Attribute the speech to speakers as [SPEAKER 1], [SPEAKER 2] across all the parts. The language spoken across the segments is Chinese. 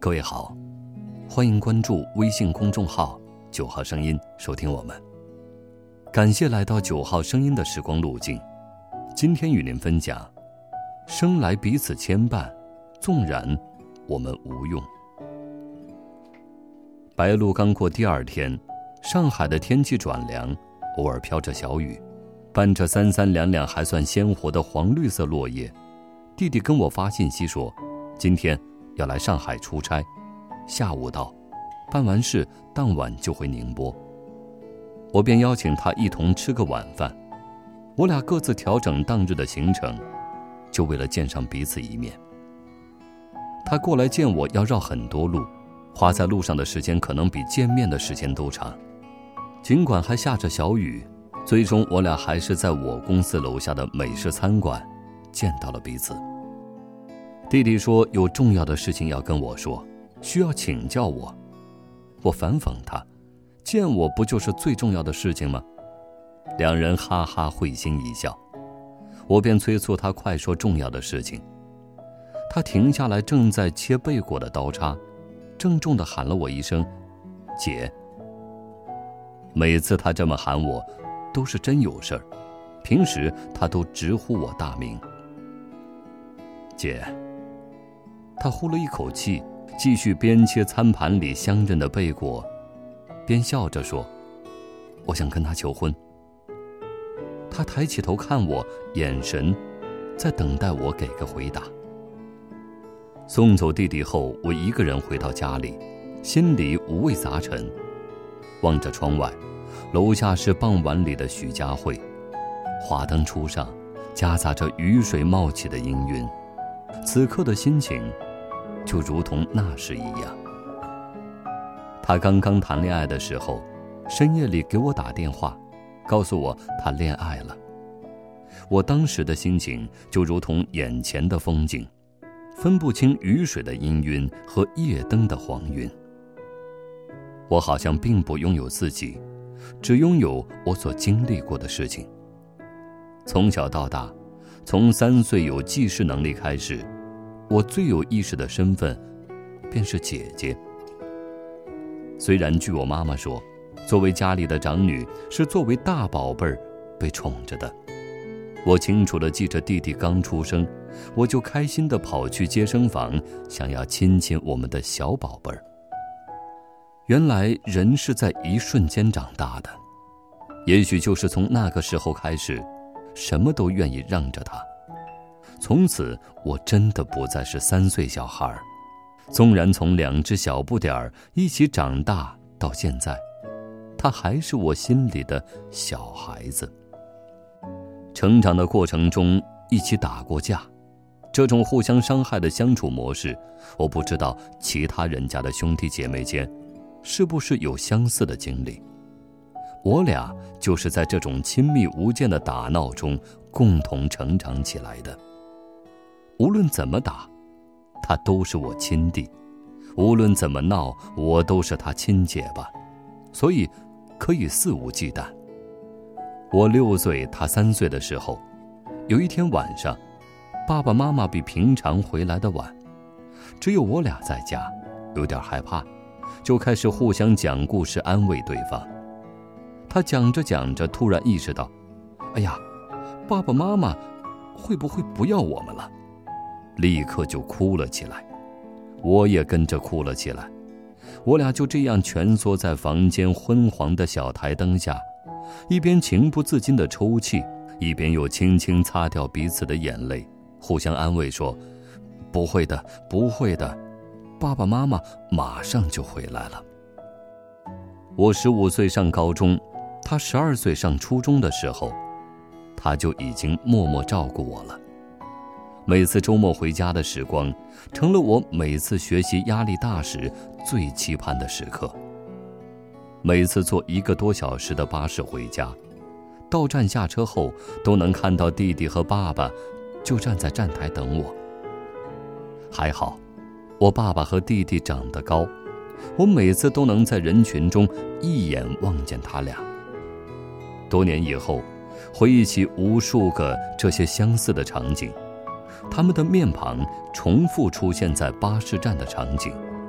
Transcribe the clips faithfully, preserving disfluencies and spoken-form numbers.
[SPEAKER 1] 各位好，欢迎关注微信公众号九号声音，收听我们。感谢来到九号声音的时光路径，今天与您分享：生来彼此牵绊，纵然我们无用。白露刚过第二天，上海的天气转凉，偶尔飘着小雨，伴着三三两两还算鲜活的黄绿色落叶。弟弟跟我发信息说，今天要来上海出差，下午到，办完事当晚就回宁波。我便邀请他一同吃个晚饭，我俩各自调整当日的行程，就为了见上彼此一面。他过来见我要绕很多路，花在路上的时间可能比见面的时间都长。尽管还下着小雨，最终我俩还是在我公司楼下的美式餐馆见到了彼此。弟弟说有重要的事情要跟我说，需要请教我。我反讽他，见我不就是最重要的事情吗？两人哈哈会心一笑。我便催促他快说重要的事情。他停下来正在切贝果的刀叉，郑重地喊了我一声姐。每次他这么喊我都是真有事儿，平时他都直呼我大名。姐。他呼了一口气，继续边切餐盘里香韧的贝果，边笑着说，我想跟他求婚。他抬起头看我，眼神在等待我给个回答。送走弟弟后，我一个人回到家里，心里五味杂陈。望着窗外，楼下是傍晚里的许家汇，华灯初上，夹杂着雨水冒起的氤氲。此刻的心情就如同那时一样。他刚刚谈恋爱的时候，深夜里给我打电话，告诉我他恋爱了。我当时的心情就如同眼前的风景，分不清雨水的氤氲和夜灯的黄晕。我好像并不拥有自己，只拥有我所经历过的事情。从小到大，从三岁有记事能力开始，我最有意识的身份便是姐姐。虽然据我妈妈说，作为家里的长女，是作为大宝贝儿被宠着的。我清楚地记着弟弟刚出生，我就开心地跑去接生房，想要亲亲我们的小宝贝儿。原来人是在一瞬间长大的，也许就是从那个时候开始，什么都愿意让着他。从此我真的不再是三岁小孩，纵然从两只小不点儿一起长大到现在，他还是我心里的小孩子。成长的过程中一起打过架，这种互相伤害的相处模式，我不知道其他人家的兄弟姐妹间是不是有相似的经历。我俩就是在这种亲密无间的打闹中共同成长起来的。无论怎么打，他都是我亲弟；无论怎么闹，我都是他亲姐吧，所以可以肆无忌惮。我六岁，他三岁的时候，有一天晚上，爸爸妈妈比平常回来的晚，只有我俩在家，有点害怕，就开始互相讲故事安慰对方。他讲着讲着，突然意识到，哎呀，爸爸妈妈会不会不要我们了？立刻就哭了起来，我也跟着哭了起来。我俩就这样蜷缩在房间昏黄的小台灯下，一边情不自禁地抽泣，一边又轻轻擦掉彼此的眼泪，互相安慰说，不会的，不会的，爸爸妈妈马上就回来了。我十五岁上高中，他十二岁上初中的时候，他就已经默默照顾我了。每次周末回家的时光，成了我每次学习压力大时最期盼的时刻。每次坐一个多小时的巴士回家，到站下车后，都能看到弟弟和爸爸就站在站台等我。还好，我爸爸和弟弟长得高，我每次都能在人群中一眼望见他俩。多年以后，回忆起无数个这些相似的场景，他们的面庞重复出现在巴士站的场景，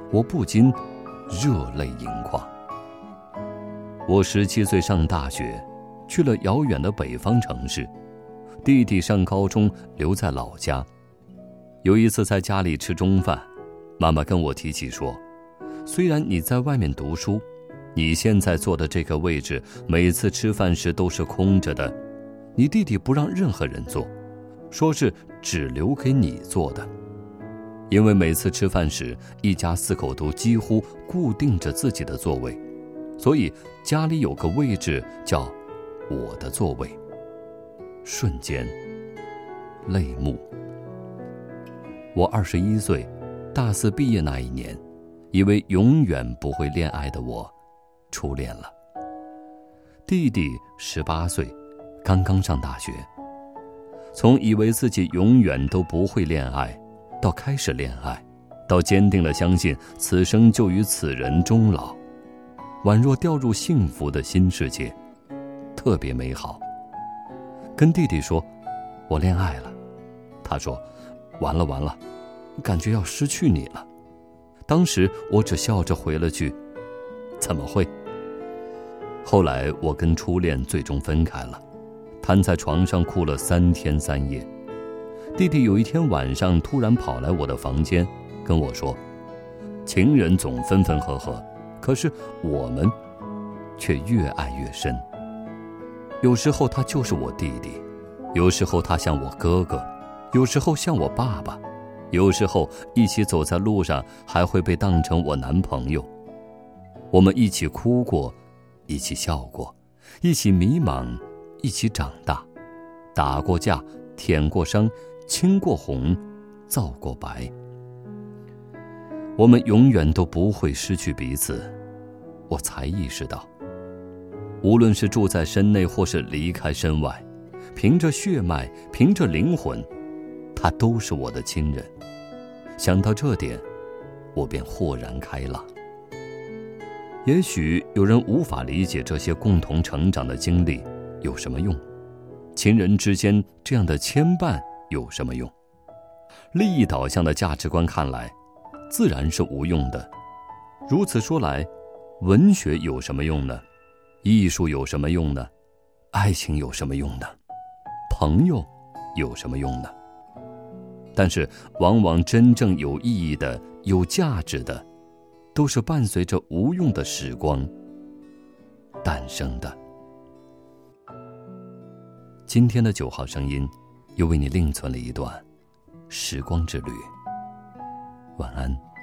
[SPEAKER 1] 我不禁热泪盈眶。我十七岁上大学，去了遥远的北方城市，弟弟上高中留在老家。有一次在家里吃中饭，妈妈跟我提起说，虽然你在外面读书，你现在坐的这个位置每次吃饭时都是空着的，你弟弟不让任何人坐，说是只留给你坐的。因为每次吃饭时，一家四口都几乎固定着自己的座位，所以家里有个位置叫我的座位。瞬间泪目。我二十一岁，大四毕业那一年，以为永远不会恋爱的我初恋了。弟弟十八岁，刚刚上大学。从以为自己永远都不会恋爱，到开始恋爱，到坚定地相信此生就与此人终老，宛若掉入幸福的新世界，特别美好。跟弟弟说我恋爱了，他说完了完了，感觉要失去你了。当时我只笑着回了句怎么会。后来我跟初恋最终分开了，瘫在床上哭了三天三夜。弟弟有一天晚上突然跑来我的房间跟我说，情人总分分合合，可是我们却越爱越深。有时候他就是我弟弟，有时候他像我哥哥，有时候像我爸爸，有时候一起走在路上还会被当成我男朋友。我们一起哭过，一起笑过，一起迷茫，一起长大，打过架，舔过伤，亲过红，皂过白。我们永远都不会失去彼此。我才意识到，无论是住在身内或是离开身外，凭着血脉，凭着灵魂，他都是我的亲人。想到这点，我便豁然开朗。也许有人无法理解这些共同成长的经历有什么用，亲人之间这样的牵绊有什么用？利益导向的价值观看来，自然是无用的。如此说来，文学有什么用呢？艺术有什么用呢？爱情有什么用呢？朋友有什么用呢？但是往往真正有意义的、有价值的，都是伴随着无用的时光诞生的。今天的九号声音又为你另存了一段时光之旅。晚安。